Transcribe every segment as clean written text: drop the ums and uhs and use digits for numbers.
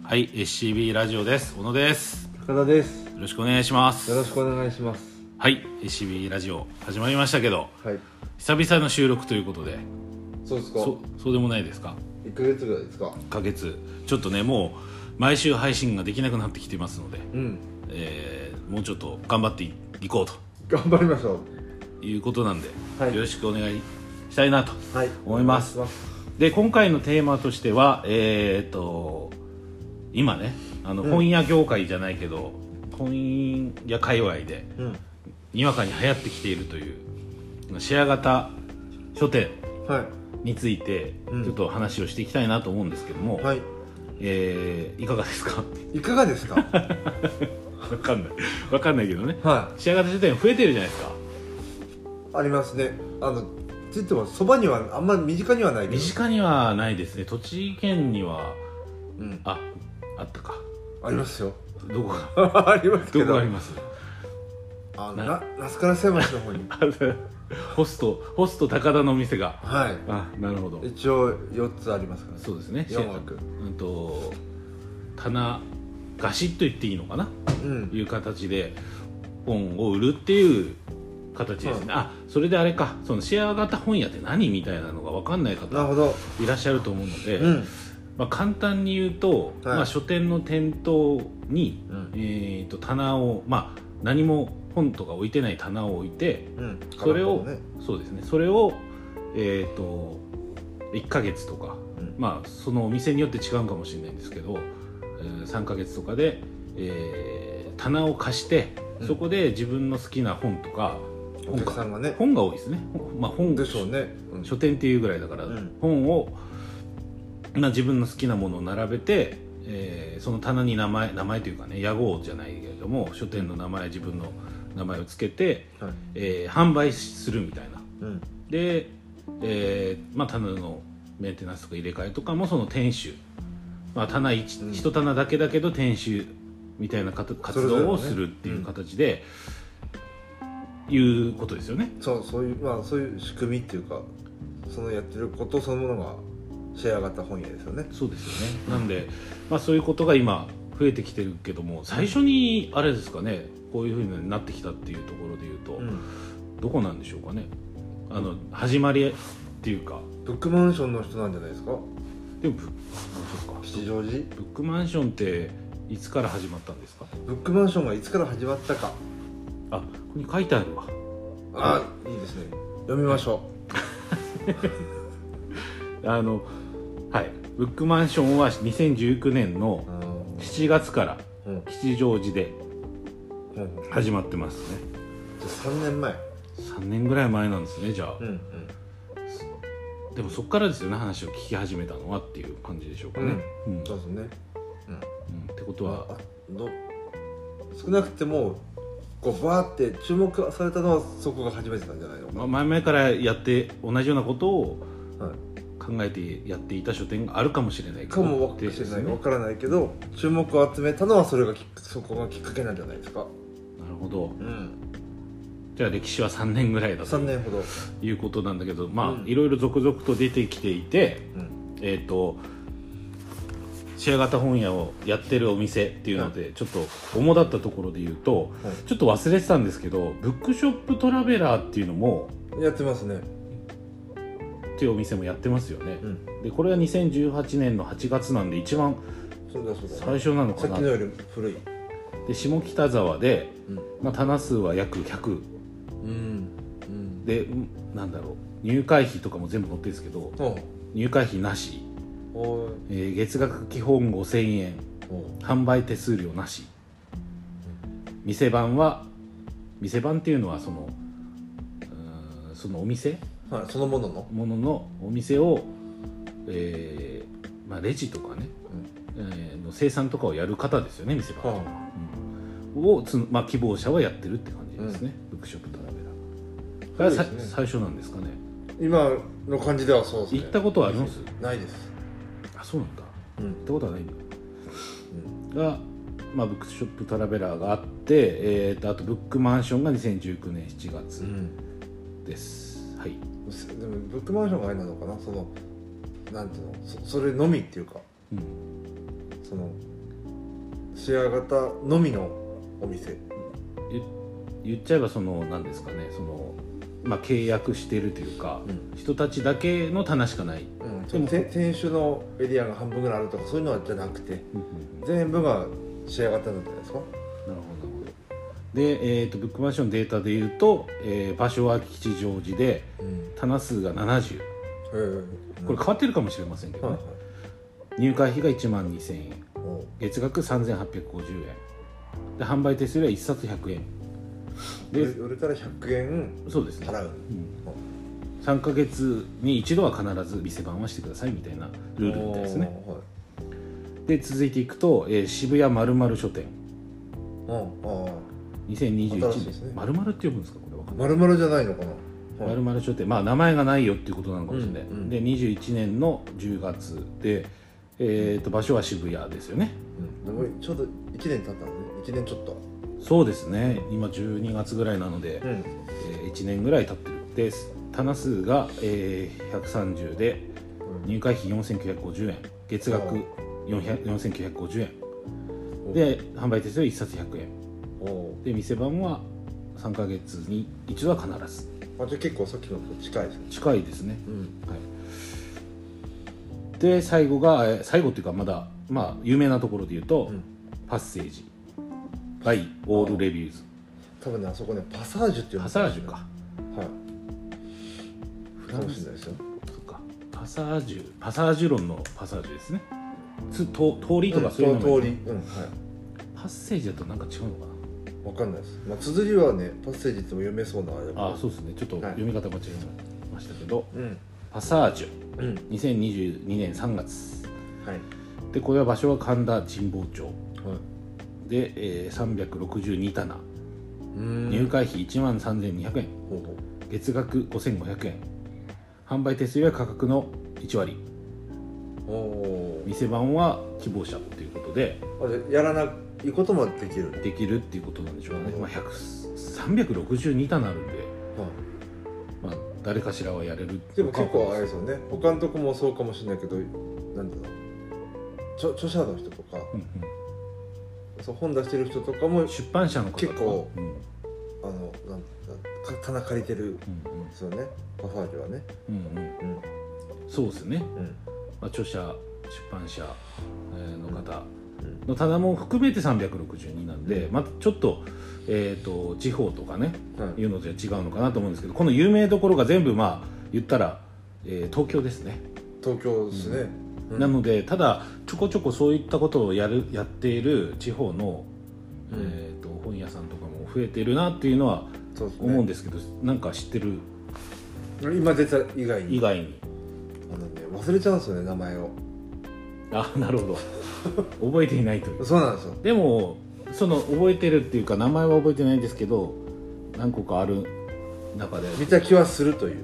はい、SCB ラジオです。小野です。 高田です。 よろしくお願いします。 よろしくお願いします。 はい、SCB ラジオ始まりましたけど、 はい。 久々の収録ということで。 そうですか。 そうでもないですか。 1ヶ月ぐらいですか。 1ヶ月。ちょっとね、もう毎週配信ができなくなってきてますので、もうちょっと頑張っていこうと。 頑張りましょう。いうことなんで、 はい、 よろしくお願いしたいなと思います。 はい、 で、今回のテーマとしては、今ね、本屋業界じゃないけど、本屋界隈で、にわかに流行ってきているというシェア型書店についてちょっと話をしていきたいなと思うんですけども、 はい、 いかがですか？ いかがですか？ わかんないけどね、 はい、 シェア型書店増えてるじゃないですか。 ありますね。ついてもそばにはあんまり身近にはないけど。 身近にはないですね。栃木県には、あったか。 ありますよ。 どこがありますけど。 どこがあります？ 那須烏山市の方にホスト高田のお店が、 はい、 あ、なるほど。 一応4つありますから、 そうですね。 4枠、 棚貸しと言っていいのかな、いう形で本を売るっていう形ですね。それであれか、そのシェア型本屋って何みたいなのが分かんない方いらっしゃると思うので、簡単に言うと、書店の店頭に、棚を、何も本とか置いてない棚を置いて、それを、そうですね、それを、1ヶ月とか、そのお店によって違うかもしれないんですけど、3ヶ月とかで、棚を貸して、そこで自分の好きな本とか、 お客さんがね、 本が多いですね。本でしょうね。 書店っていうぐらいだから、本を、自分の好きなものを並べて、その棚に名前というかね、屋号じゃないけれども書店の名前、自分の名前をつけて、販売するみたいな、で、棚のメンテナンスとか入れ替えとかもその店主、棚一棚だけだけど店主みたいな活動をするっていう形で、いうことですよね。 そういう仕組みっていうか、そのやってることそのものがシェア型本屋ですよね。 そうですよね。なんで、そういうことが今増えてきてるけども、最初にあれですかね、こういう風になってきたっていうところでいうと、どこなんでしょうかね。始まりっていうか、 ブックマンションの人なんじゃないですか。 でもそうか、 吉祥寺ブックマンションっていつから始まったんですか？ ブックマンションがいつから始まったか、 ここに書いてあるわ。 いいですね、読みましょう。はい、ブックマンションは2019年の7月から吉祥寺で始まってますね。 じゃあ 3年ぐらい前なんですね。じゃあ、でもそこからですよね、話を聞き始めたのはっていう感じでしょうかね。 そうですね。 ってことは、 少なくてもこうバーって注目されたのはそこが初めてなんじゃないのかな。 前々からやって同じようなことを考えてやっていた書店があるかもしれないかもしれない、分からないけど、注目を集めたのはそこがきっかけなんじゃないですか。 なるほど。じゃあ歴史は3年ぐらいだと 3年ほどいうことなんだけど、いろいろ続々と出てきていて、シェア型本屋をやってるお店っていうので、ちょっと主だったところで言うと、ちょっと忘れてたんですけど、ブックショップトラベラーっていうのもやってますね。 っていうお店もやってますよね。でこれは2018年の8月なんで一番最初なのかな。 さっきのより古いで、下北沢で、棚数は約100、で、なんだろう、入会費とかも全部載ってるんですけど、入会費なし、月額基本5000円、販売手数料なし、店番っていうのはそのお店、 そのもののお店を、レジとかね、の生産とかをやる方ですよね、店番を希望者はやってるって感じですね。ブックショップトラベラーが最初なんですかね。 今の感じではそうですね。 行ったことはあります？ ないです。 そうなんだ。行ったことはないんだ。が、ブックショップトラベラーがあって、あとブックマンションが2019年7月です。はい。 でもブックマンションがあれなのかな、なんていうの、それのみっていうか、そのシェア型のみのお店。 言っちゃえばその何ですかね、そのまあ契約してるというか、人たちだけの棚しかない、 でも店主のエリアが半分ぐらいあるとかそういうのはじゃなくて、全部がシェア型なんじゃないですか。 なるほどなるほど。で、ブックマンションデータでいうと、場所は吉祥寺で、棚数が70、これ変わってるかもしれませんけどね、入会費が1万2000円、月額3850円で、販売手数料は1冊100円で、 売れたら100円そうですね、 払う、 3ヶ月に一度は必ず店番はしてくださいみたいなルールみたいですね。で続いていくと、渋谷まるまる書店、2021年、まるまるって呼ぶんですか、これは。 まるまるじゃないのかな。 まるまる書店、まあ名前がないよっていうことなのかもしれない、で21年の10月で、場所は渋谷ですよね、 でもちょうど1年経ったんでね、1年ちょっと。 そうですね、今12月ぐらいなので、1年ぐらい経ってる。で棚数が、130で、入会費4950円、月額4950円で、販売手数料1冊100円で、店番は3ヶ月に一度は必ず。 じゃあ結構さっきのと近いですね。 近いですね、はい。で最後っていうか、まだまあ有名なところで言うと、パッセージバイオールレビューズ。 多分ね、あそこね、パサージュっていうの、 パサージュか、 はい、かもしれないですよ。 そっか、パサージュ論のパサージュですね。通りとかそういうのが、 通り、 パッセージだとなんか違うのかな、 わかんないです。綴りはね、パッセージっても読めそうなあれ。 そうですね、ちょっと読み方間違えましたけど、パサージュ、2022年3月、でこれは場所は神田神保町、で、362棚、入会費1万3200円、月額5500円、販売手数料は価格の1割、店番は希望者ということで、 やらないこともできるっていうことなんでしょうね。362棚あるんで、まあ誰かしらはやれる。 でも結構あれですよね、他のとこもそうかもしれないけど、なんだろう、著者の人とか、そう本出してる人とかも、 出版社の方結構、棚借りてるんですよね、パサージュはね。 そうですね、著者出版社の方の棚も含めて362なんで、またちょっと、地方とかね、いうのじゃ違うのかなと思うんですけど、この有名どころが全部まあ言ったら、東京ですね。 東京ですね、 なので、ただちょこちょこそういったことをやっている地方の、本屋さんとかも増えてるなっていうのは思うんですけど、なんか知ってる？ 今出た以外に忘れちゃうんですよね、名前を。 なるほど覚えていないという。 そうなんですよ。 でもその覚えてるっていうか、名前は覚えてないんですけど、何個かある中で見た気はするという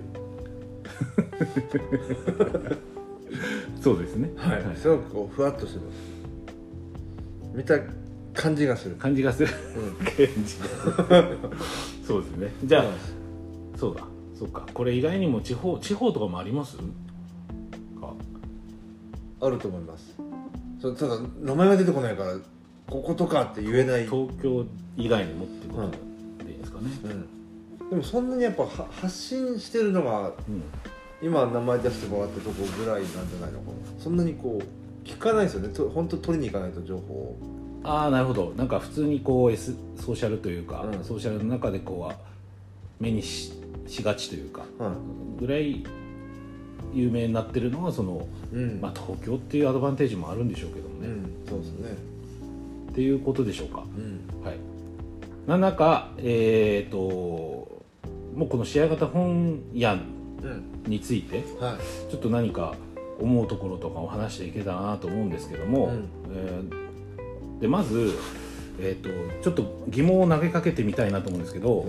そうですね、 すごくこうふわっとしてます。見た感じがするそうですね。じゃあ、そうか、これ以外にも地方とかもありますか？ あると思います。ただ名前が出てこないから、こことかって言えない。 東京以外にもってことでいいですかね。 でもそんなにやっぱ発信してるのが、今名前出してもらったとこぐらいなんじゃないのかな。そんなにこう聞かないですよね。本当取りに行かないと情報を。 なるほど。なんか普通にこう、ソーシャルというか、ソーシャルの中でこう目に しがちというか、ぐらい有名になってるのはその、東京っていうアドバンテージもあるんでしょうけどもね、 そうですねっていうことでしょうか。はい。なんだかもうこのシェア型本屋について、ちょっと何か思うところとかを話していけたらなと思うんですけども、でまず、ちょっと疑問を投げかけてみたいなと思うんですけど、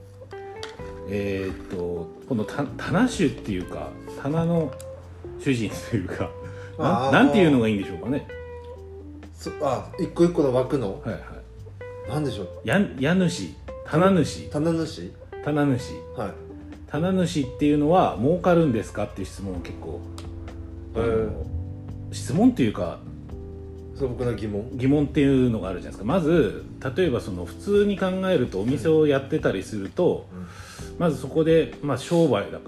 この棚主っていうか、棚の主人というか、なんていうのがいいんでしょうかね。 一個一個の枠の、なんでしょう、 家主、棚主、棚主っていうのは儲かるんですかっていう質問を結構、質問っていうか素朴な疑問っていうのがあるじゃないですか。まず例えばその普通に考えるとお店をやってたりすると、まずそこで、商売だから、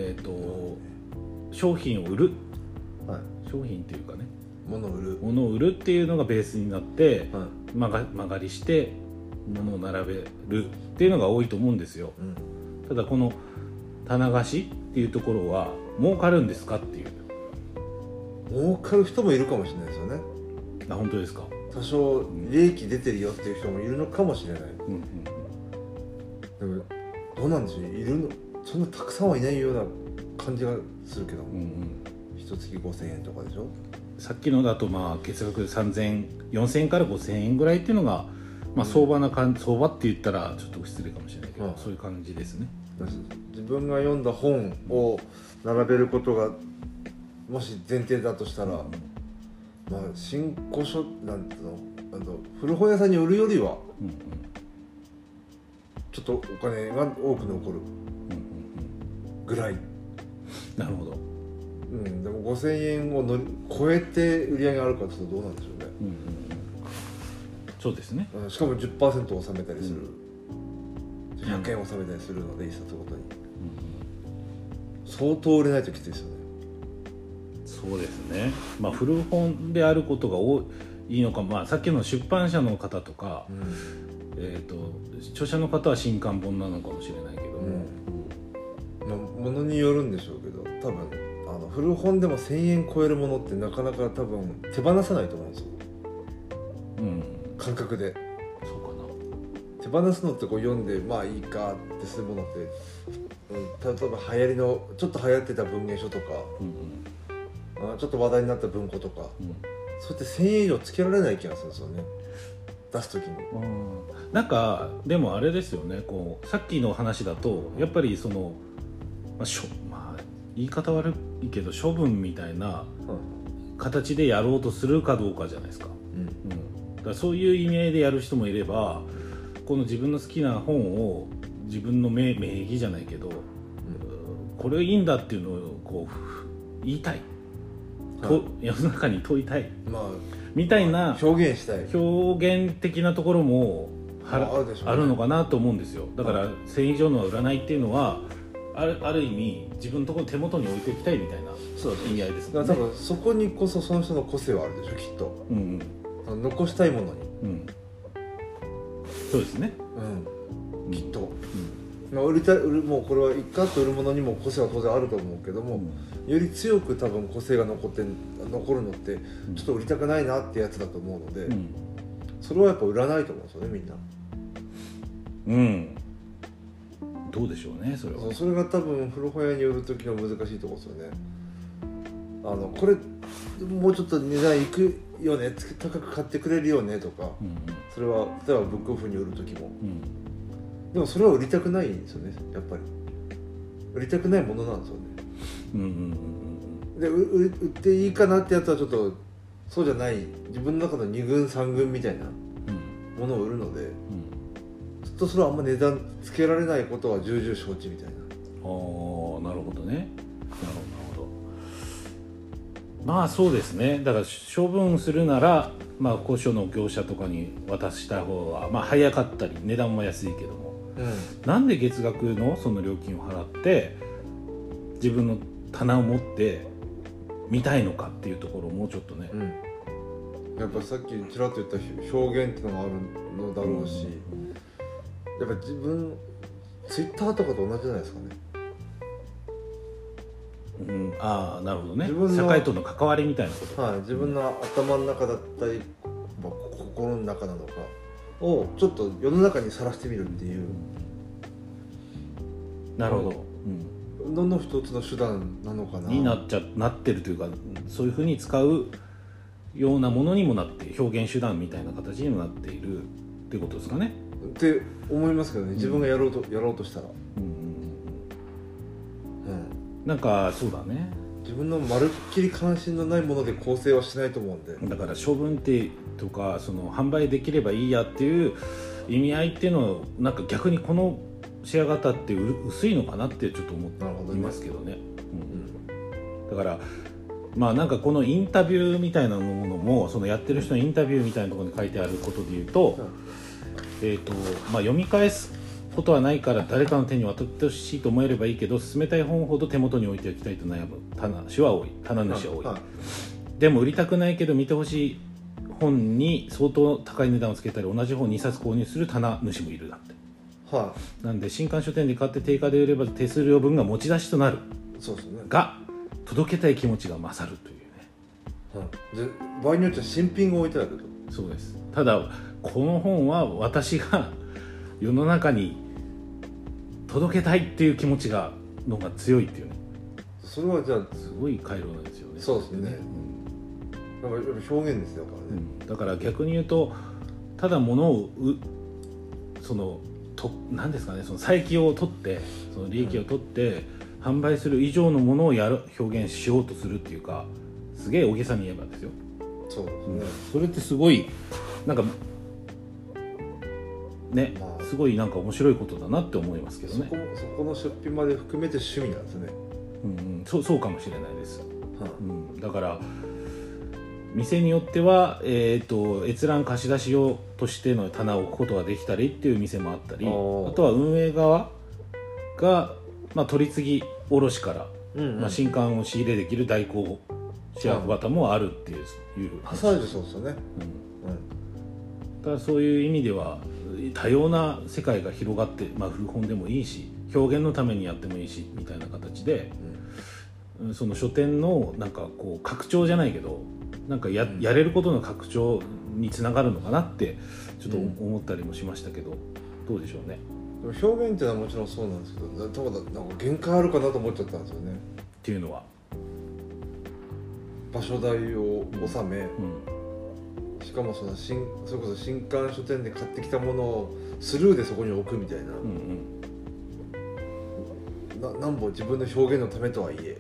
商品を売る、商品っていうかね、物を売るっていうのがベースになって、間借りして物を並べるっていうのが多いと思うんですよ、ただこの棚貸しっていうところは儲かるんですかっていう。 儲かる人もいるかもしれないですよね。 本当ですか。 多少利益出てるよっていう人もいるのかもしれない、でもどうなんでしょう、いるのそんなたくさんはいないような感じがするけども、一月5000円とかでしょ。 さっきのだと月額4000円から5000円ぐらいっていうのが、相場って言ったらちょっと失礼かもしれないけど、そういう感じですね。 自分が読んだ本を並べることがもし前提だとしたら、新古書なんていうの、古本屋さんに売るよりは、ちょっとお金が多く残るぐらい、 なるほど、 でも5000円を超えて売り上げがあるかちょっとどうなんでしょうね、 そうですね、 しかも 10% 納めたりする、100円納めたりするので一冊ごとに、相当売れないときついですよね。 そうですね、古本であることがいいのか、さっきの出版社の方とか、著者の方は新刊本なのかもしれないけども、 ものによるんでしょうけど、多分古本でも1000円超えるものってなかなか多分手放さないと思うんですよ、感覚で。そうかな。手放すのって読んでいいかってするものって、例えばちょっと流行ってた文芸書とか、ちょっと話題になった文庫とか、そうやって1000円以上つけられない気がするんですよね、出すときに。 なんかでもあれですよね、さっきの話だとやっぱりその、言い方悪いけど処分みたいな形でやろうとするかどうかじゃないですか、だからそういう意味合いでやる人もいれば、この自分の好きな本を自分の名義じゃないけど、これいいんだっていうのを言いたい、世の中に問いたい、みたいな表現したい、 表現的なところもあるのかなと思うんですよ。だから1000円以上のは売らないっていうのはある意味自分のところ手元に置いておきたいみたいな意味合いですね。 だから多分そこにこそその人の個性はあるでしょ、きっと、残したいものに、 そうですね、 きっと、もうこれは一回と売るものにも個性は当然あると思うけども、より強く多分個性が残るのってちょっと売りたくないなってやつだと思うので、それはやっぱ売らないと思うんですよね、みんな。 どうでしょうね、それは。 それが多分古本屋に売る時の難しいところですよね。これもうちょっと値段いくよね、高く買ってくれるよねとか、それは例えばブックオフに売る時も、でもそれは売りたくないんですよね、やっぱり売りたくないものなんですよね。で売っていいかなってやつはちょっとそうじゃない、自分の中の2軍3軍みたいなものを売るので、ずっとそれはあんま値段つけられないことは重々承知みたいな。 なるほどね、なるほど。そうですね。だから処分するなら、古書の業者とかに渡した方が早かったり値段も安いけども、なんで月額のその料金を払って自分の棚を持って見たいのかっていうところをもうちょっとね、 やっぱさっきちらっと言った表現っていうのがあるのだろうし、やっぱ自分ツイッターとかと同じじゃないですかね。 なるほどね。社会との関わりみたいなこと、 自分の頭の中だったり、心の中なのかをちょっと世の中にさらしてみるっていう、 なるほど、 の一つの手段なのかなになってるというか、そういうふうに使うようなものにもなって、表現手段みたいな形にもなっているっていうことですかねって思いますけどね、自分がやろうとしたら、 なんかそうだね、 自分のまるっきり関心のないもので構成はしないと思うんで、 だから処分ってとかその販売できればいいやっていう意味合いっていうのをなんか逆にこのシェア型って薄いのかなってちょっと思っていますけどね。だからまあなんかこのインタビューみたいなものもそのやってる人のインタビューみたいなところに書いてあることで言うと、まあ、読み返すことはないから誰かの手に渡ってほしいと思えればいいけど、進めたい本ほど手元に置いておきたいと悩む棚主は多い、棚主は多い、でも売りたくないけど見てほしい本に相当高い値段をつけたり同じ本2冊購入する棚主もいるだって、なんで新刊書店で買って定価で売れば手数料分が持ち出しとなる。 そうですね。 が届けたい気持ちが勝るというね。 で場合によっては新品が置いてあると。 そうです。ただこの本は私が世の中に届けたいっていう気持ちがのが強いっていうね。 それはじゃあすごい回路なんですよね。 そうですね。なんかやっぱ表現ですよからね、 だから逆に言うとただ物をその何ですかね、その差益を取ってその利益を取って、販売する以上のものを表現しようとするっていうか、すげえ大げさに言えばですよ。 そうですね、 それってすごいなんかね、すごいなんか面白いことだなって思いますけどね。 そこの出品まで含めて趣味なんですね。 そうかもしれないです、だから店によっては、閲覧貸し出し用としての棚を置くことができたりっていう店もあったり、あとは運営側が、まあ、取り次ぎ卸から、まあ、新刊を仕入れできる代行シェア型もあるっていうそうですよね、 だからそういう意味では多様な世界が広がって、まあ、古本でもいいし表現のためにやってもいいしみたいな形で、その書店のなんかこう拡張じゃないけどなんか やれることの拡張につながるのかなってちょっと思ったりもしましたけど、どうでしょうね。 表現っていうのはもちろんそうなんですけど、なんか限界あるかなと思っちゃったんですよね。 っていうのは場所代を納め、しかもそれこそ新刊書店で買ってきたものをスルーでそこに置くみたいな、なんぼ自分の表現のためとはいえ、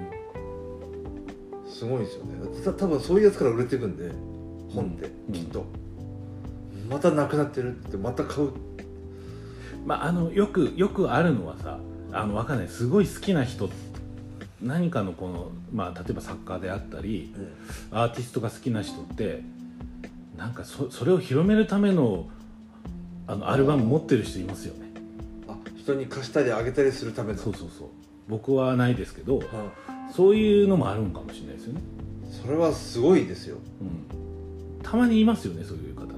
すごいですよね。多分そういうやつから売れていくんで本ってきっと、またなくなってるってまた買う。 まあよくあるのはさ、わかんない、すごい好きな人何かのこの、まあ、例えば作家であったり、アーティストが好きな人ってなんかそれを広めるためのアルバム持ってる人いますよね。 人に貸したりあげたりするための。 そう僕はないですけど、そういうのもあるんかもしれないですよね。 それはすごいですよ、 たまにいますよね、そういう方ね、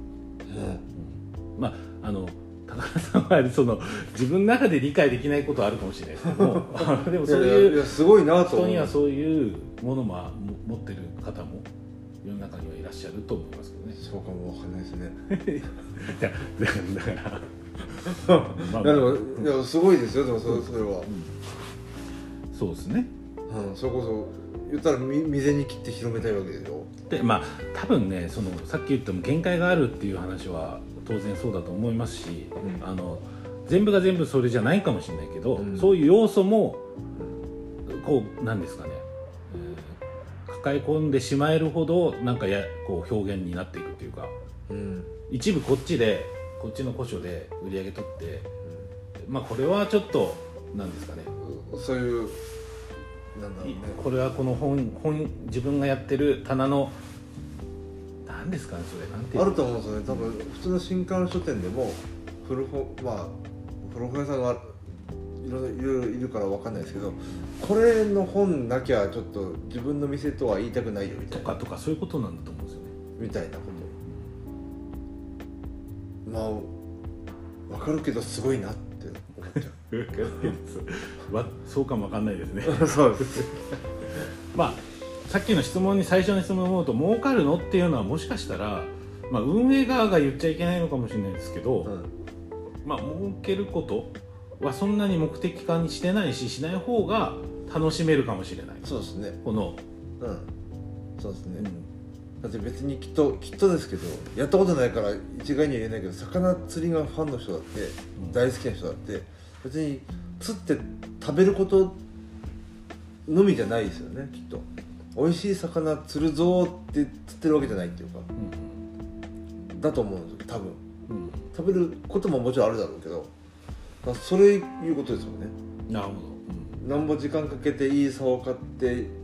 まあ高田さんはその自分の中で理解できないことはあるかもしれないですけどもでもそういうすごいなと思う。 人にはそういうものも持ってる方も世の中にはいらっしゃると思いますけどね。 そうかもわかんないですねだからいやすごいですよ。でもそれは、 そうですね、 それこそ言ったら未然に切って広めたいわけでしょ。 でまあ多分ね、そのさっき言った限界があるっていう話は当然そうだと思いますし、全部が全部それじゃないかもしれないけど、そういう要素もこうなんですかね、抱え込んでしまえるほどなんかこう表現になっていくというか、一部こっちの古書で売り上げ取って、まあこれはちょっとなんですかね、 そういうなんだろうね、 これはこの本自分がやってる棚のなんですかね、それなんていうあると思うんですよね。多分普通の新刊書店でも古本屋さんがいろいろいるから分かんないですけど、これの本なきゃちょっと自分の店とは言いたくないよみたいなとかそういうことなんだと思うんですよね、 みたいなこと、まあ分かるけどすごいなって思っちゃうそうかも分かんないですねそうですまあさっきの最初の質問を思うと、儲かるのっていうのはもしかしたら、まあ、運営側が言っちゃいけないのかもしれないですけど、まあ儲けることはそんなに目的化にしてないし、しない方が楽しめるかもしれない。 そうですね、 このそうですね、だって別にきっとですけど、やったことないから一概には言えないけど、魚釣りがファンの人だって、大好きな人だって別に釣って食べることのみじゃないですよね。きっと美味しい魚釣るぞって釣ってるわけじゃないっていうか、だと思うんですよ多分、食べることももちろんあるだろうけど、それいうことですよね。 なるほど、 なんぼ時間かけていい竿を買って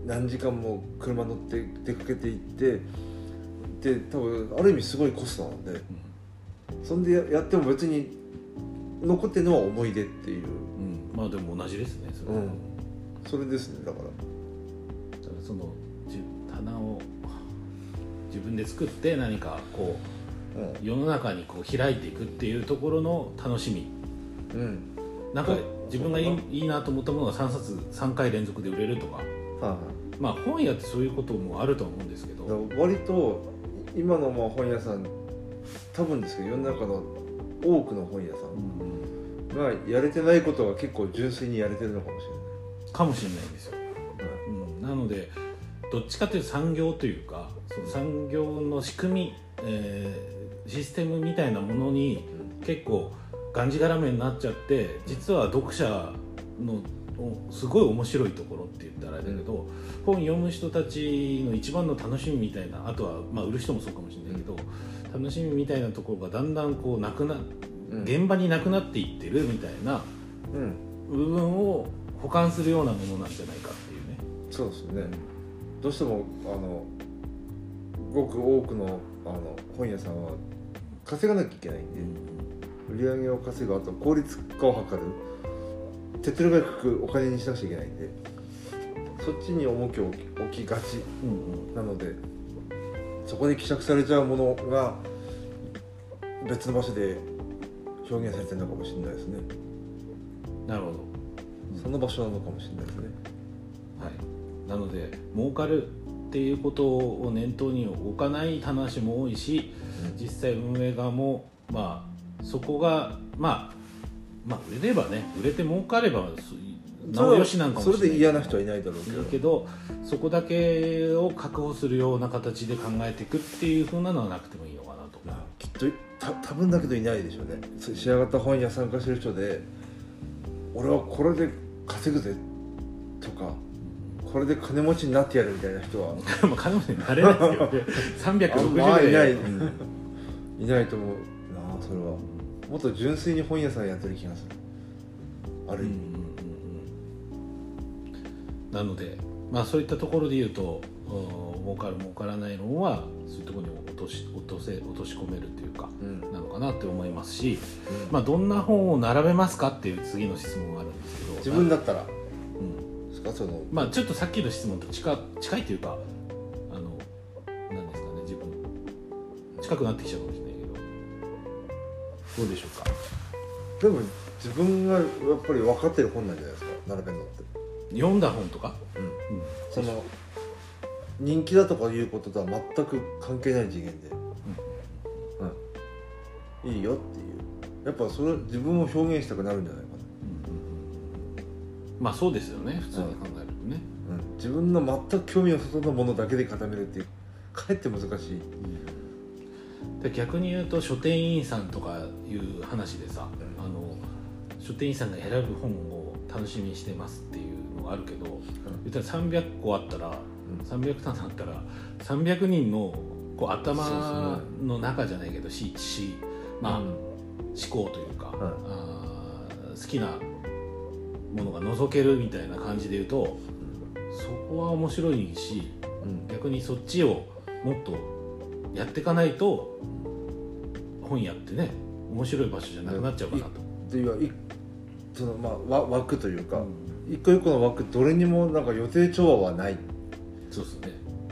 何時間も車乗って出かけていってで多分ある意味すごいコストなので、そんでやっても別に残ってるのは思い出っていう、 まあでも同じですねそれ、 それですね。だからその棚を自分で作って何かこう、世の中にこう開いていくっていうところの楽しみ、なんか自分がいいなと思ったものが3冊3回連続で売れるとか、まあ本屋ってそういうこともあると思うんですけど、 割と今のまあ本屋さん多分ですけど世の中の多くの本屋さんがやれてないことが結構純粋にやれてるのかもしれないかもしれないんですよ、なのでどっちかというと産業というかその産業の仕組み、システムみたいなものに結構がんじがらめになっちゃって、実は読者のすごい面白いところって言ったらあれだけど、本読む人たちの一番の楽しみみたいな、あとはまあ売る人もそうかもしれないけど、楽しみみたいなところがだんだんこう現場になくなっていってるみたいな部分を補完するようなものなんじゃないかっていうね。 そうですね。どうしてもごく多くの本屋さんは稼がなきゃいけないんで、売り上げを稼ぐ、あと効率化を図る、手っ取り早くお金にしなくちゃいけないんで、そっちに重きを置きがちなので、そこに希釈されちゃうものが別の場所で表現されてるのかもしれないですね。 なるほど、 その場所なのかもしれないですね。 はい、なので儲かるっていうことを念頭に置かない話も多いし、実際運営側もまあそこがまあ売れればね、売れて儲かればなおよしなんかもしれない。 それで嫌な人はいないだろうけど、そこだけを確保するような形で考えていくっていう風なのはなくてもいいのかなと。 きっと多分だけどいないでしょうね。仕上がった本屋参加してる人で、俺はこれで稼ぐぜとか、これで金持ちになってやるみたいな人は金持ちになれないですよね。360 円いないと思うな。それはもっと純粋に本屋さんやってる気がする、ある意味。 なのでまあそういったところで言うと、儲かる儲からない論はそういうところに落とし込めるというか、なのかなって思いますし、まあどんな本を並べますかっていう次の質問があるんですけど、 自分だったらまあちょっとさっきの質問と近いというか、何ですかね、自分近くなってきちゃうかもしれないけど、どうでしょうか。 でも自分がやっぱり分かってる本なんじゃないですか、並べるのって。 読んだ本とか、 その人気だとかいうこととは全く関係ない次元で、いいよっていう、やっぱそれ自分を表現したくなるんじゃないかな。 まあそうですよね、普通に考えるとね、 自分の全く興味の外のものだけで固めるっていう、かえって難しい、 で逆に言うと書店員さんとかいう話でさ、書店員さんが選ぶ本を楽しみにしてますっていうのがあるけど、言ったら300個あったら、300棚あったら300人のこう頭の中じゃないけどまあ思考というか、好きなものが覗けるみたいな感じで言うと、そこは面白いし、逆にそっちをもっとやっていかないと本屋ってね、面白い場所じゃなくなっちゃうかなと。 っていうその枠というか、一個一個の枠どれにもなんか予定調和はない。 そうですね、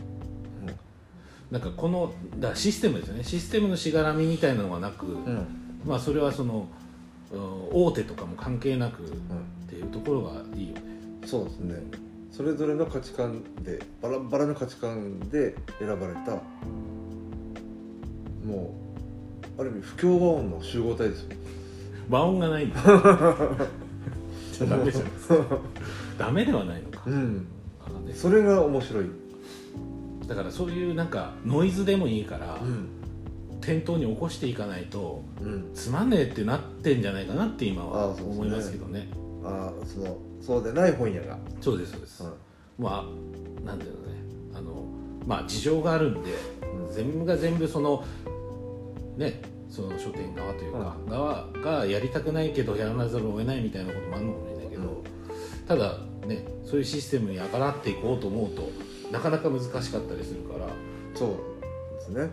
なんかこのだシステムですよね。システムのしがらみみたいなのがなく、まあそれはその大手とかも関係なくっていうところがいいよね。 そうですね。それぞれの価値観でバラバラの価値観で選ばれた、もうある意味不協和音の集合体ですよ。 和音がないんだ。じゃダメじゃないですか。ダメではないのか。 それが面白い。 だからそういうなんかノイズでもいいから、店頭に起こしていかないと、つまんねえってなってんじゃないかなって今は思いますけどね。 そうでない本屋が。 そうですそうです。まあなんていうのね、まあ事情があるんで、全部が全部そのね、その書店側というか、側がやりたくないけどやらざるを得ないみたいなこともあるのかもしれないけど、ただね、そういうシステムに上がっていこうと思うとなかなか難しかったりするから。 そうですね、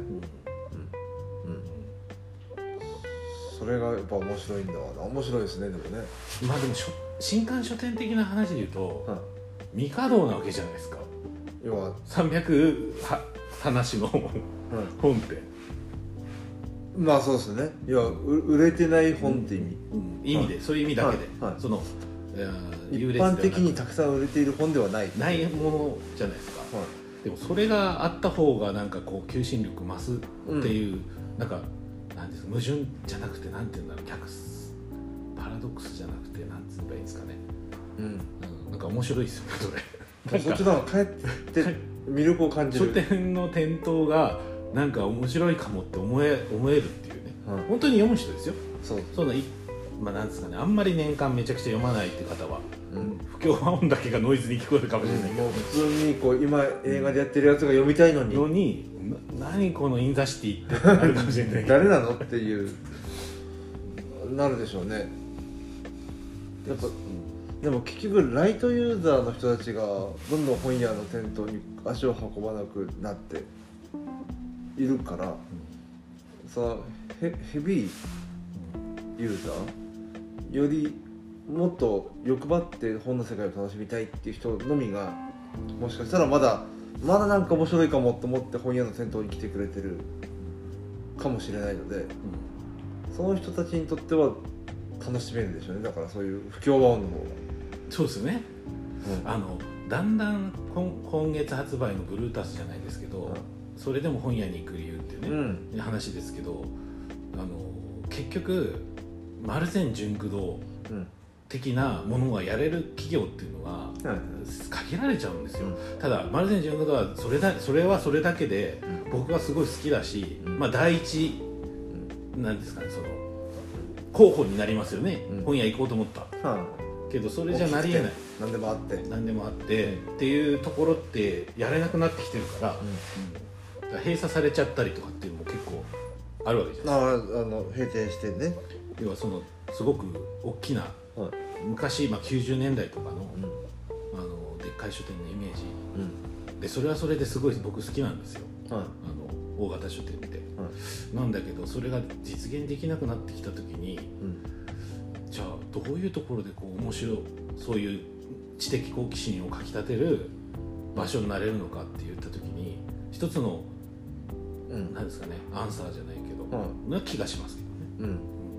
それがやっぱ面白いんだわな。面白いですね。でもね、 まあでも新刊書店的な話で言うと、未稼働なわけじゃないですか。 要は 300話の本って、 まあそうですね。要は売れてない本って意味、 意味で、そういう意味だけで、その一般的にたくさん売れている本ではないものじゃないですか。でもそれがあった方がなんかこう求心力増すっていう、なんかなんですか、矛盾じゃなくてなんていうんだろう、パラドックスじゃなくてなんつうのがいいんですかね。なんか面白いですよねそれ。 そっちの方がかえって魅力を感じる。 書店の店頭がなんか面白いかもって思えるっていうね、本当に読む人ですよ。そのまあなんですかね、あんまり年間めちゃくちゃ読まないって方は、不協和音だけがノイズに聞こえるかもしれないけど、 もう普通にこう今映画でやってるやつが読みたいのに何このインザシティってなるかもしれない誰なのっていうなるでしょうね。やっぱ、でも結局ライトユーザーの人たちがどんどん本屋の店頭に足を運ばなくなっているから、さあヘビーユーザーよりもっと欲張って本の世界を楽しみたいっていう人のみがもしかしたらまだなんか面白いかもと思って本屋の店頭に来てくれてるかもしれないので、その人たちにとっては楽しめるでしょうね。だからそういう不協和音の方が。 そうですね、だんだん今月発売のブルータスじゃないですけど、それでも本屋に行く理由ってね、話ですけど、結局丸善純駆動的なものがやれる企業っていうのは限られちゃうんですよ。ただ丸善純駆動はそれはそれだけで僕がすごい好きだし、まあ第一なんですかね、その候補になりますよね、本屋行こうと思った、けどそれじゃなりえない、 何でもあってっていうところってやれなくなってきてるから、閉鎖されちゃったりとかっていうのも結構あるわけじゃないですか。 閉店してね。 要はそのすごく大きな、昔、90年代とかの、でっかい書店のイメージ、でそれはそれですごい僕好きなんですよ、大型書店って、なんだけどそれが実現できなくなってきた時に、じゃあどういうところでこう面白い、そういう知的好奇心をかきたてる場所になれるのかって言った時に一つの、なんですかね、アンサーじゃないけど、な気がしますけどね。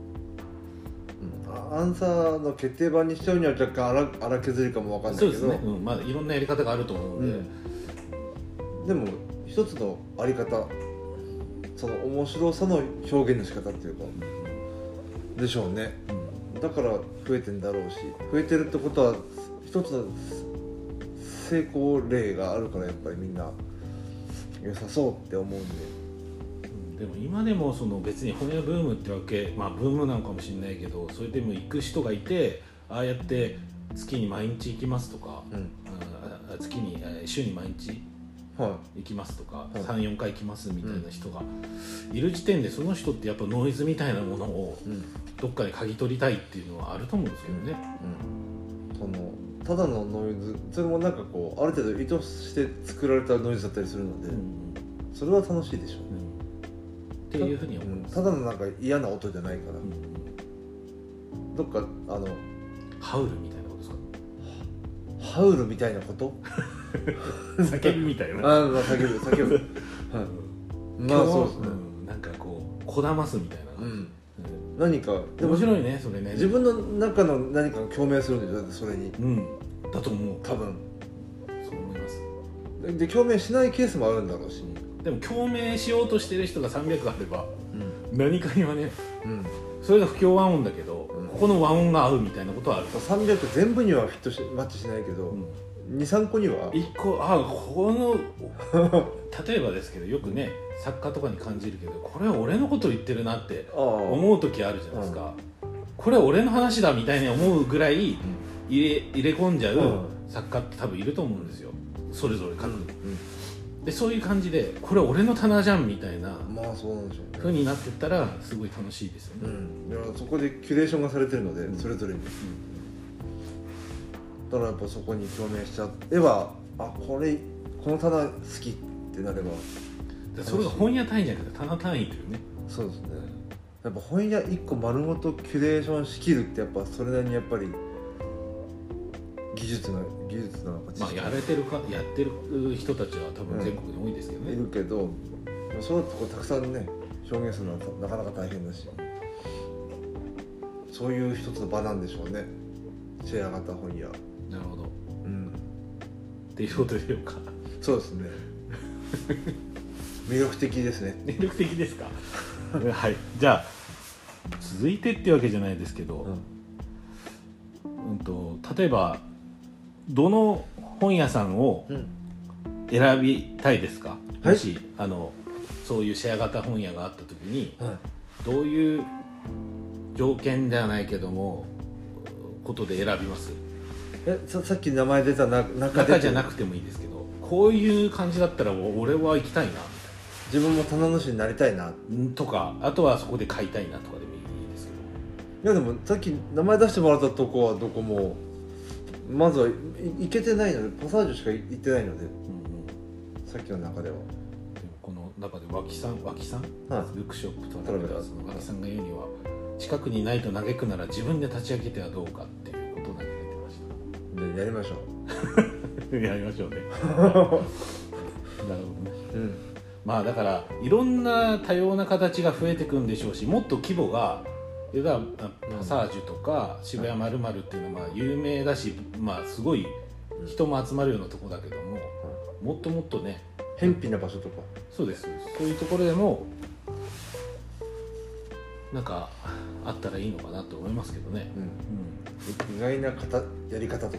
アンサーの決定版にしちゃうには若干荒削りかもわかんないけど、 そうですね、いろんなやり方があると思うので、 でも一つのあり方、その面白さの表現の仕方っていうか、でしょうね、だから増えてんだろうし、増えてるってことは一つの成功例があるから、やっぱりみんな良さそうって思うんで。 でも今でもその別に本屋ブームってわけ、ブームなのかもしれないけど、それでも行く人がいて、ああやって月に毎日行きますとか、週に毎日行きますとか、3、4回行きますみたいな人がいる時点で、その人ってやっぱノイズみたいなものをどっかで嗅ぎ取りたいっていうのはあると思うんですけどね。 ただのノイズ、それもなんかこうある程度意図して作られたノイズだったりするので、それは楽しいでしょうね、 っていうふうに思います。 ただのなんか嫌な音じゃないから、どっかハウルみたいなことですか。 ハウルみたいなこと叫びみたいな叫ぶまあそうですね、 なんかこうこだますみたいな、 何か面白いね、それね。 自分の中の何かを共鳴するんでしょ、だってそれに、 だと思う、 多分そう思います。 で共鳴しないケースもあるんだろうし、 でも共鳴しようとしてる人が300あれば、何かにはね、それが不協和音だけど、ここの和音が合うみたいなことはある。 300全部にはフィットしてマッチしないけど、2,3 個には 1個、この例えばですけど、よくね作家とかに感じるけど、これは俺のこと言ってるなって思う時あるじゃないですか、これは俺の話だみたいに思うぐらい入れ込んじゃう作家って多分いると思うんですよ、それぞれ各、でそういう感じで、これ俺の棚じゃんみたいな風になってったらすごい楽しいですよね、 そこでキュレーションがされてるので、それぞれに、 だからやっぱそこに共鳴しちゃえば、この棚好きってなれば、 それが本屋単位じゃなくて棚単位というね。 そうですね。やっぱ本屋1個丸ごとキュレーションしきるってやっぱそれなりにやっぱり技術なのか、 やってる人たちは多分全国に多いですけどね、 いるけど、そうやってたくさんね表現するのはなかなか大変だし、そういう一つの場なんでしょうね、シェア型本屋。 なるほど、っていうことでしょうか。 そうですね魅力的ですね。 魅力的ですかはい、じゃあ続いてってわけじゃないですけど、例えばどの本屋さんを選びたいですか、もしそういうシェア型本屋があった時に、どういう条件ではないけどもことで選びます？ さっき名前出た中じゃなくてもいいですけど、こういう感じだったら俺は行きたいな、 自分も棚主になりたいなとか、あとはそこで買いたいなとかでもいいですけど。 いやでもさっき名前出してもらったとこはどこもまずは行けてないので、パサージュしか行ってないので、さっきの中では。 この中で脇さん、ブックショップトラベラーズの脇さんが言うには、近くにないと嘆くなら自分で立ち上げてはどうかっていうことを投げてました。 でやりましょうやりましょうねなるほどね、まあだからいろんな多様な形が増えていくんでしょうし、もっと規模がパサージュとか渋谷〇〇っていうのは有名だし、すごい人も集まるようなとこだけども、もっともっとね、 偏僻な場所とか、 そうです、そういうところでもなんかあったらいいのかなと思いますけどね、 意外なやり方とか、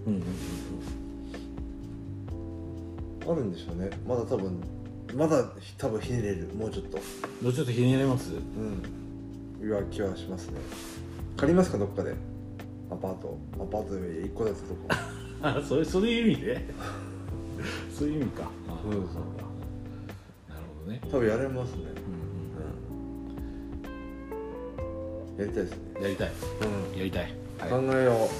あるんでしょうね。まだ多分ひねれる、もうちょっとひねれます？ いう気はしますね。借りますか、どっかでアパートで1戸建てとかそういう意味でそういう意味か。なるほどね。 多分やれますね。やりたいですね。 やりたい、 考えよう。はい、なるほど。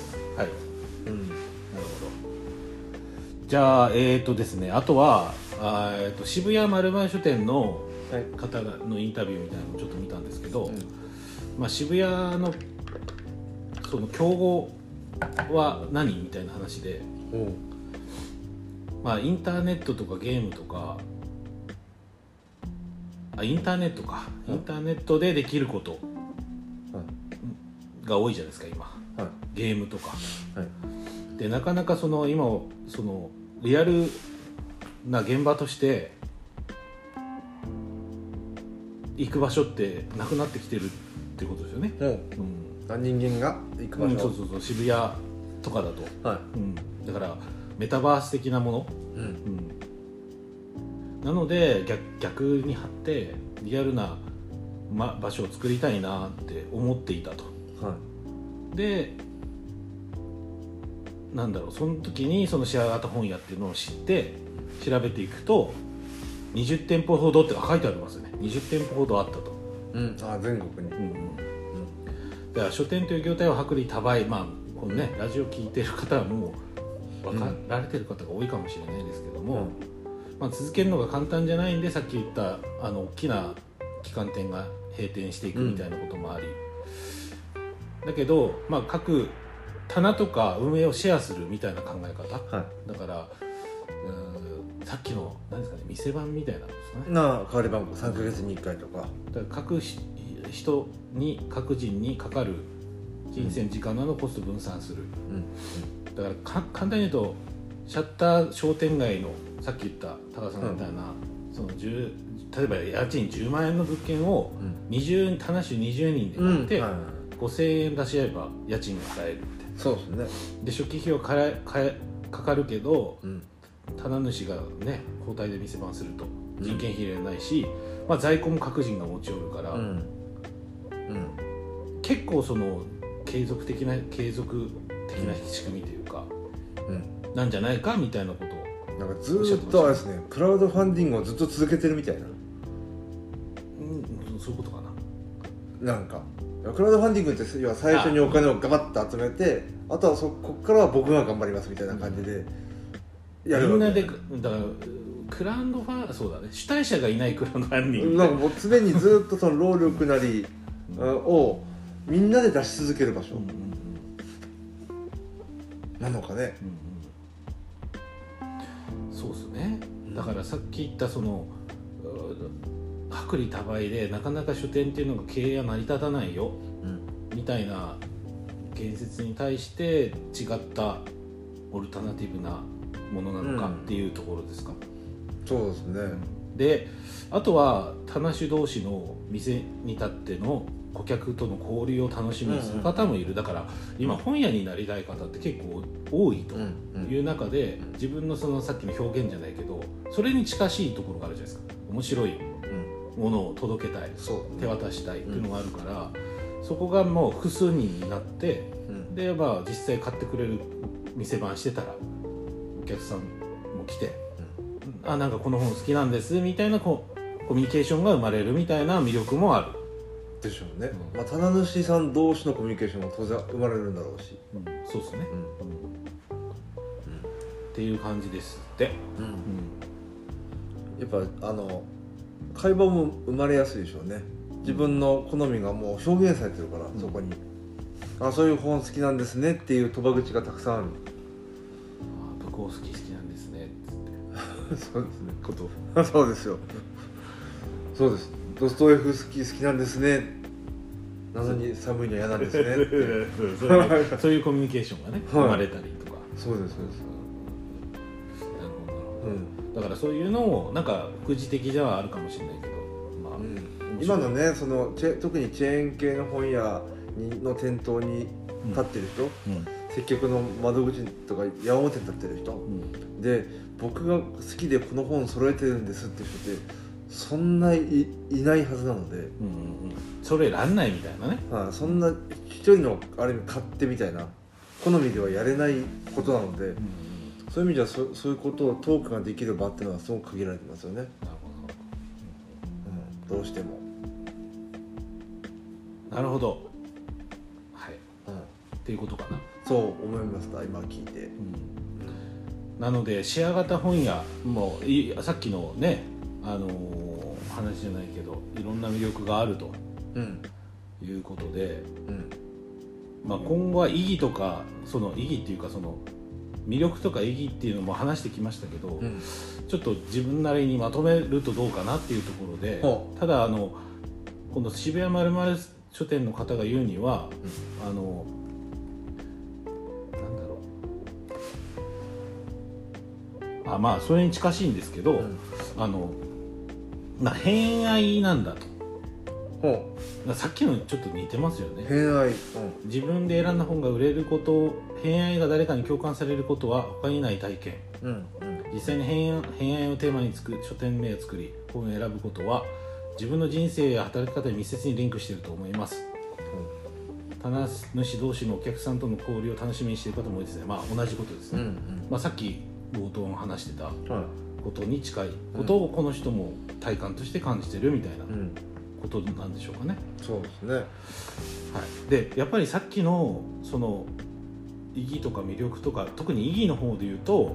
じゃあですね、あとは渋谷丸前書店の方のインタビューみたいなのをちょっと見たんですけど、渋谷のその競合は何みたいな話で、インターネットとかゲームとか、インターネットでできることが多いじゃないですか今、ゲームとか、でなかなか今リアルな現場として行く場所ってなくなってきてるってことですよね。 人間が行く場所、 そう渋谷とかだと、だからメタバース的なもの、なので逆に張ってリアルな、場所を作りたいなって思っていたと、でその時にそのシェア型本屋っていうのを知って調べていくと20店舗ほどって書いてありますね。20店舗ほどあったと、 全国に、 だから書店という業態は薄利多売、このねラジオ聞いてる方はもう分かられてる方が多いかもしれないですけども、続けるのが簡単じゃないんで、さっき言った大きな旗艦店が閉店していくみたいなこともあり、だけど、各棚とか運営をシェアするみたいな考え方、だからさっきの何ですかね、店番みたいなんですかね、 代わり番号3ヶ月に1回とか、 だから各人にかかる金銭時間などコスト分散する、だから簡単に言うとシャッター商店街のさっき言った高田さんみたいな、例えば家賃10万円の物件を棚主20人で買って、5000円出し合えば家賃が払えるって。 そうですね。 で初期費用かかるけど、棚主がね交代で店番すると人件費入れないし、在庫も各人が持ち寄るから、結構継続的な仕組みというか、なんじゃないかみたいなことをなんかずっとあれですね、クラウドファンディングをずっと続けてるみたいな、 そういうことかな。 なんかクラウドファンディングって要は最初にお金をガバッと集めてあとはこっからは僕が頑張りますみたいな感じでやるわけ。 みんなでだからクラウドファンそうだね主体者がいないクラウドファンディングなんかもう常にずっとその労力なりをみんなで出し続ける場所なのかね。 そうですね。だからさっき言ったその薄利多売でなかなか書店っていうのが経営は成り立たないよ、みたいな言説に対して違ったオルタナティブなものなのかっていうところですか。 そうですね。 であとは棚主同士の店に立っての顧客との交流を楽しみにする方もいる。だから今本屋になりたい方って結構多いという中で、自分のそのさっきの表現じゃないけどそれに近しいところがあるじゃないですか。面白いものを届けたい、手渡したいっていうのがあるから、そこがもう複数人になって、でまあ実際買ってくれる店番してたらお客さんも来て、あなんかこの本好きなんですみたいなコミュニケーションが生まれるみたいな魅力もあるでしょうね。まあ、棚主さん同士のコミュニケーションも当然生まれるんだろうし、 そうですね、っていう感じですって、やっぱ会話も生まれやすいでしょうね。自分の好みがもう表現されてるから、そこにそういう本好きなんですねっていう賭場口がたくさんある。 ブコースキー好きなんですねそうですね。 ことそうですよ。そうです。ドストエフスキー好きなんですね。なのに寒いの嫌なんですねそういうコミュニケーションがね、生まれたりとか。 そうですそうです。 なるほど、だからそういうのもなんか副次的ではあるかもしれないけど、まあ今のねその特にチェーン系の本屋の店頭に立ってる人、接客の窓口とか矢面に立ってる人、で僕が好きでこの本揃えてるんですって人ってそんないないはずなので、 それらんないみたいなね、 そんな一人のある意味勝手みたいな好みではやれないことなので、そういう意味ではそういうことをトークができる場っていうのはすごく限られてますよね。なるほど、どうしても。 なるほど、はい、っていうことかな。 そう思いました今聞いて、 なのでシェア型本屋もさっきのね話じゃないけどいろんな魅力があると、いうことで、まあ、今後は意義とかその意義っていうかその魅力とか意義っていうのも話してきましたけど、ちょっと自分なりにまとめるとどうかなっていうところで、ただこの渋谷〇〇書店の方が言うには、なんだろう、まあそれに近しいんですけど、偏愛なんだと。さっきのちょっと似てますよね。 偏愛、 自分で選んだ本が売れること、偏愛が誰かに共感されることは他にない体験、実際に偏愛をテーマに書店名を作り本を選ぶことは自分の人生や働き方に密接にリンクしていると思います、棚主同士のお客さんとの交流を楽しみにしている方も多いですね。まあ同じことですね、さっき冒頭話してたことに近いことをこの人も体感として感じてるみたいなことなんでしょうかね。 そうですね、 でやっぱりさっきのその意義とか魅力とか特に意義の方で言うと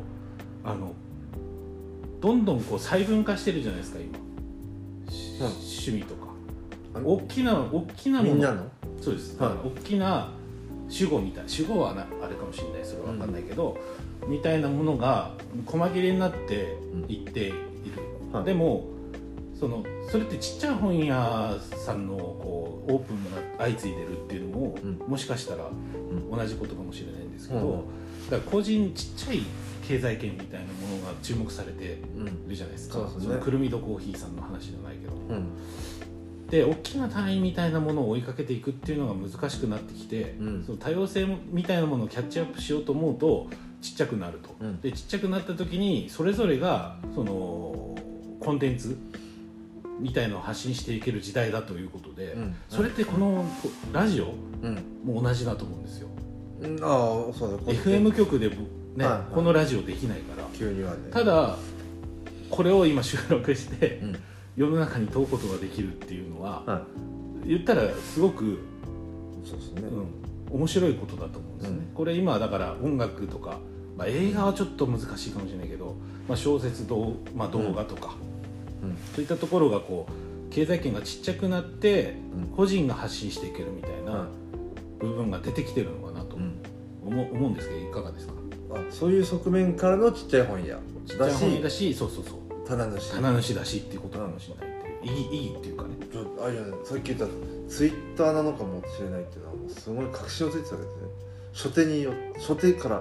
どんどんこう細分化してるじゃないですか今、趣味とか大きなものみんなのそうです、大きな主語みたいな主語はあれかもしれないそれは分かんないけど、みたいなものが細切れになっていっている、でもそれってちっちゃい本屋さんのこうオープンが相次いでるっていうのも、もしかしたら同じことかもしれないんですけど、だから個人ちっちゃい経済圏みたいなものが注目されてるじゃないですか、そのくるみどコーヒーさんの話じゃないけど、で大きな単位みたいなものを追いかけていくっていうのが難しくなってきて、その多様性みたいなものをキャッチアップしようと思うとちっちゃくなると、でちっちゃくなった時にそれぞれがそのコンテンツみたいのを発信していける時代だということで、それってこのラジオも同じだと思うんですよ。 そうだ FM 局でこのラジオできないから急にはね、 ただこれを今収録して、世の中に問うことができるっていうのは、言ったらすごくそうですね、 面白いことだと思うんですね、これ今だから音楽とか、映画はちょっと難しいかもしれないけど、小説動画とか、そういったところがこう経済圏がちっちゃくなって個人が発信していけるみたいな部分が出てきてるのかなと思うんですけど、いかがですか？ そういう側面からのちっちゃい本屋だし、そう棚主だしっていうことかもしれないっていう、いいっていうかね、 あれじゃない、さっき言ったツイッターなのかもしれないっていうのはもうすごい確信をついてたわけですね。初手から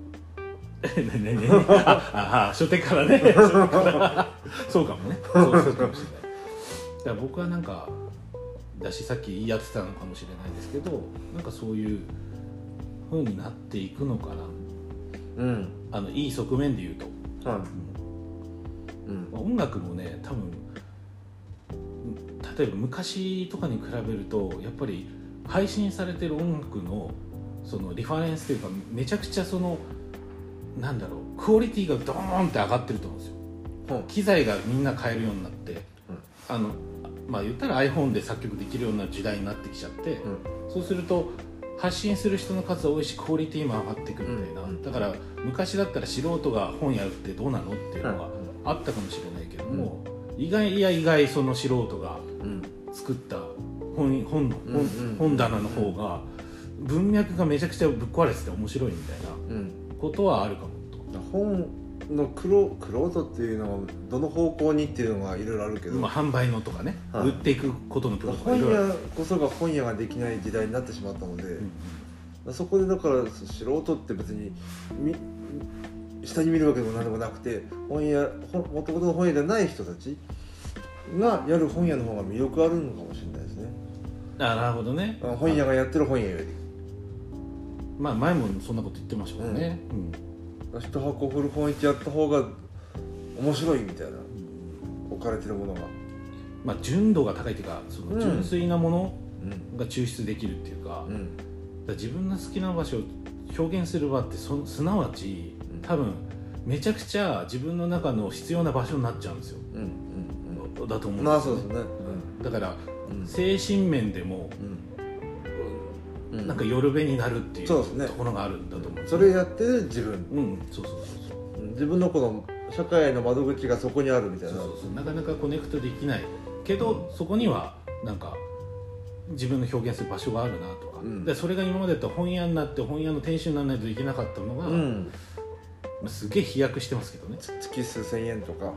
初手からねそうかもね、そうかもしれない。だから僕はなんかだし、さっきやってたのかもしれないですけど、なんかそういう風になっていくのかな、いい側面で言うと、音楽もね、多分例えば昔とかに比べるとやっぱり配信されてる音楽のそのリファレンスというか、めちゃくちゃそのなんだろう、クオリティがドーンって上がってると思うんですよ、機材がみんな買えるようになって、言ったら iPhone で作曲できるような時代になってきちゃって、そうすると発信する人の数は多いし、クオリティも上がってくるみたいな、だから昔だったら素人が本やるってどうなのっていうのがあったかもしれないけども、意外その素人が作った本棚の方が文脈がめちゃくちゃぶっ壊れてて面白いみたいなことはあるかもと。 本のクロートっていうのはどの方向にっていうのがいろいろあるけど、 販売のとかね、売っていくことのプロとか本屋こそが本屋ができない時代になってしまったので、そこでだから素人って別に下に見るわけでも何でもなくて、もともとの本屋じゃない人たちがやる本屋の方が魅力あるのかもしれないですね。 なるほどね。 本屋がやってる本屋より、 前もそんなこと言ってましたもんね、 一箱古本市やった方が面白いみたいな、置かれてるものが純度が高いというか、その純粋なものが抽出できるっていうか、だから自分の好きな場所を表現する場ってすなわち多分めちゃくちゃ自分の中の必要な場所になっちゃうんですよ、だと思うんですよね。だから、精神面でも、なんかよるべになるっていうところがあるんだと思う。 それやってる自分、 そう自分のこの社会の窓口がそこにあるみたいな、 なかなかコネクトできないけど、そこにはなんか自分の表現する場所があるなとか、でそれが今までだと本屋になって本屋の店主にならないといけなかったのが、すげえ飛躍してますけどね。 月数千円とか、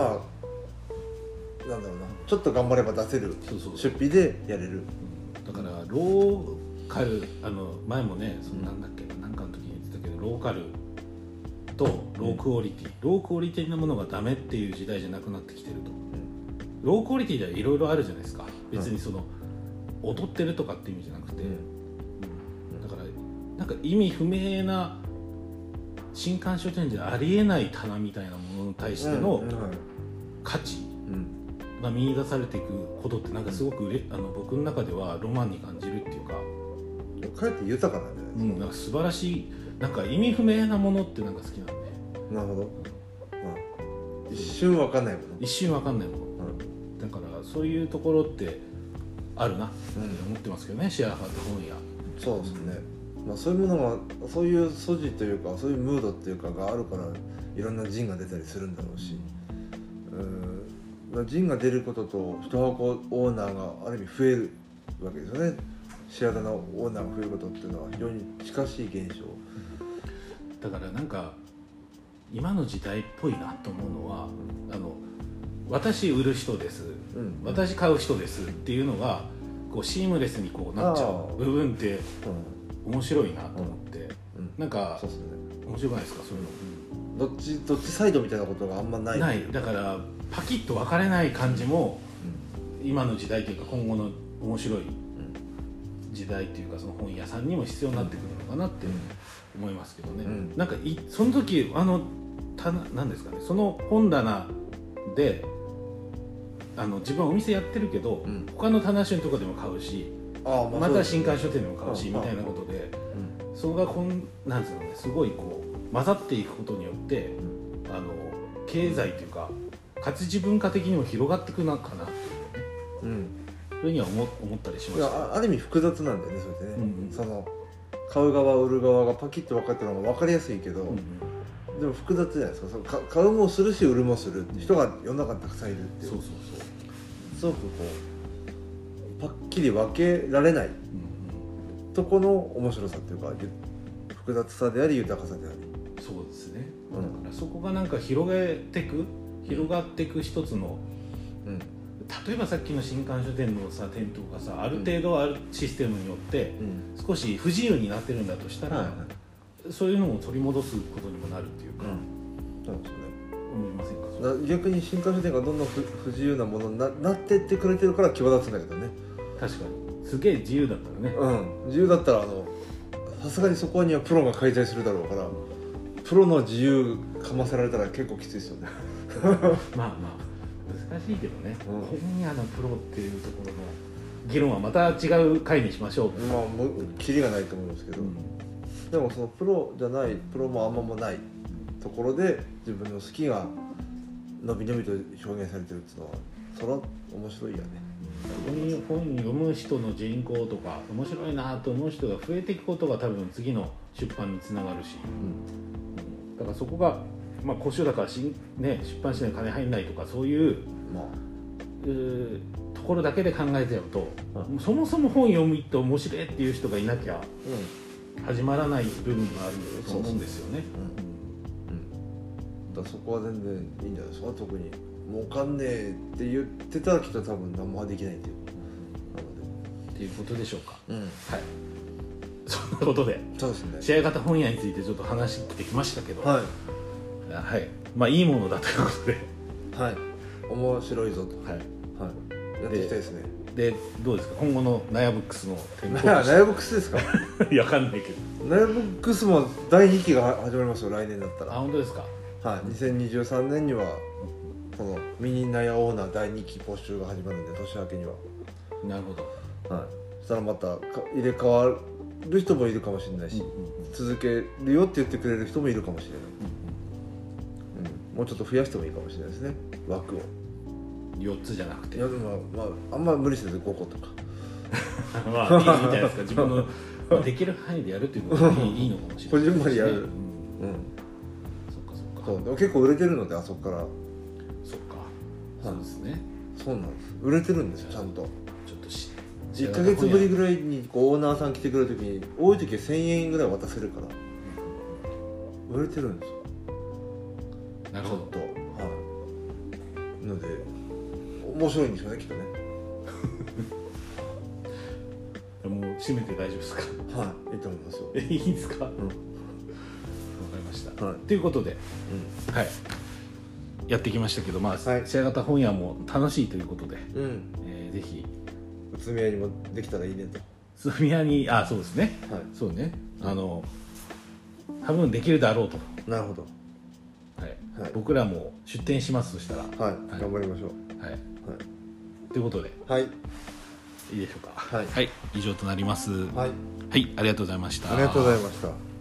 なんだろうな、ちょっと頑張れば出せる出費でやれる。 だからローカル、前もね、なんだっけな、なんかの時に言ってたけど、ローカルとロークオリティ、ロークオリティなものがダメっていう時代じゃなくなってきてると。ロークオリティではいろいろあるじゃないですか。別にその踊ってるとかって意味じゃなくて、だからなんか意味不明な新刊書店じゃありえない棚みたいなものに対しての価値が見出されていくことって、なんかすごく僕の中ではロマンに感じるっていうか、 かえって豊かなんじゃないですか。 なんか素晴らしい、なんか意味不明なものってなんか好きなんで。 なるほど、一瞬わかんないもの、 一瞬わかんないもの、だからそういうところってあるなって思ってますけどね、シェアハート本屋。 そうですね、そういうものが、そういう素地というか、そういうムードっていうかがあるから、いろんなジンが出たりするんだろうし、ジンが出ることと一箱オーナーがある意味増えるわけですよね。シェア棚オーナーが増えることっていうのは非常に近しい現象、 だからなんか今の時代っぽいなと思うのは、私売る人です、私買う人ですっていうのがこうシームレスにこうなっちゃう部分って面白いなと思って、なんかそうですね、面白くないですか、そういうの。どっちサイドみたいなことがあんまない。 だからパキッと分かれない感じも、今の時代というか今後の面白い時代というか、その本屋さんにも必要になってくるのかなって思いますけどね、なんかその時なんですかね、その本棚で自分はお店やってるけど、他の棚主のとこでも買うし、また新刊書店でも買うし、みたいなことで、それがなんですかね、すごいこう混ざっていくことによって、経済というか価値自分化的にも広がっていくのかなっていうね、それには思ったりしました。 ある意味複雑なんだよね、それでね、その買う側売る側がパキッと分かってるのが分かりやすいけど、でも複雑じゃないですか。その買うもするし売るもするって人が世の中にたくさんいるっていう、すごくこうパッキリ分けられない、とこの面白さっていうか複雑さであり豊かさであり、 そうですね、だからそこがなんか広がっていく一つの、例えばさっきの新刊書店のさ店頭がさある程度あるシステムによって少し不自由になってるんだとしたら、そういうのを取り戻すことにもなるっていうか、 そうですね、 思いませんか。 逆に新刊書店がどんどん不自由なものに なってってくれてるから際立つんだけどね。 確かにすげえ自由だったらね、 自由だったらさすがにそこにはプロが介在するだろうから、プロの自由かませられたら結構きついですよね。 まあ難しいけどね、本屋のプロっていうところの議論はまた違う回にしましょう。 まあキリがないと思うんですけど、でもそのプロじゃない、プロもあんまもないところで自分の好きがのびのびと表現されてるっていうのはそれは面白いよね。 そこに本読む人の人口とか面白いなと思う人が増えていくことが多分次の出版につながるし、だからそこが古書だから出版しない金入んないとかそういう、ところだけで考えてやると、そもそも本読むって面白いっていう人がいなきゃ始まらない部分があると思うんですよね。 だからそこは全然いいんじゃないですか。特に儲かんねえって言ってたらきっと多分何もできないっていう、なのでっていうことでしょうか。 はい、 そんなことで、 そうですね、 シェア型本屋についてちょっと話してきましたけど、いいものだということで、 面白いぞと、やっていきたいですね。 でどうですか今後のナヤブックスの展開。 ナヤブックスですか？ いや、わかんないけど。 ナヤブックスも第2期が始まりますよ、来年だったら。 本当ですか？ 2023年にはこのミニナヤオーナー第2期募集が始まるんで、年明けには。 なるほど。 そしたらまた入れ替わる人もいるかもしれないし、続けるよって言ってくれる人もいるかもしれない、もうちょっと増やしてもいいかもしれないですね、枠を。 4つじゃなくて。 いやあんま無理せず5個とかいいじゃないですか。自分のできる範囲でやるっていうのがいいのかもしれない。 こじんまりやる。 そっか。 でも結構売れてるので、あそこから。 そっか。そうですね。 そうなんです。売れてるんですよ、ちゃんと。 ちょっと 1ヶ月ぶりぐらいにオーナーさん来てくれるときに、多い時は1000円ぐらい渡せるから売れてるんですよ。 なるほど。 ので面白いんですよね、きっとね。 もう閉めて大丈夫ですか？ いいと思いますよ。 いいんですか？わかりました。ということで、やってきましたけど、シェア型本屋も楽しいということで、ぜひ宇都宮にもできたらいいねと。 宇都宮に、そうですね。そうね。多分できるだろうと。 なるほど。 僕らも出店します。としたら、 頑張りましょう。 ということで、いいでしょうか。以上となります。ありがとうございました。 ありがとうございました。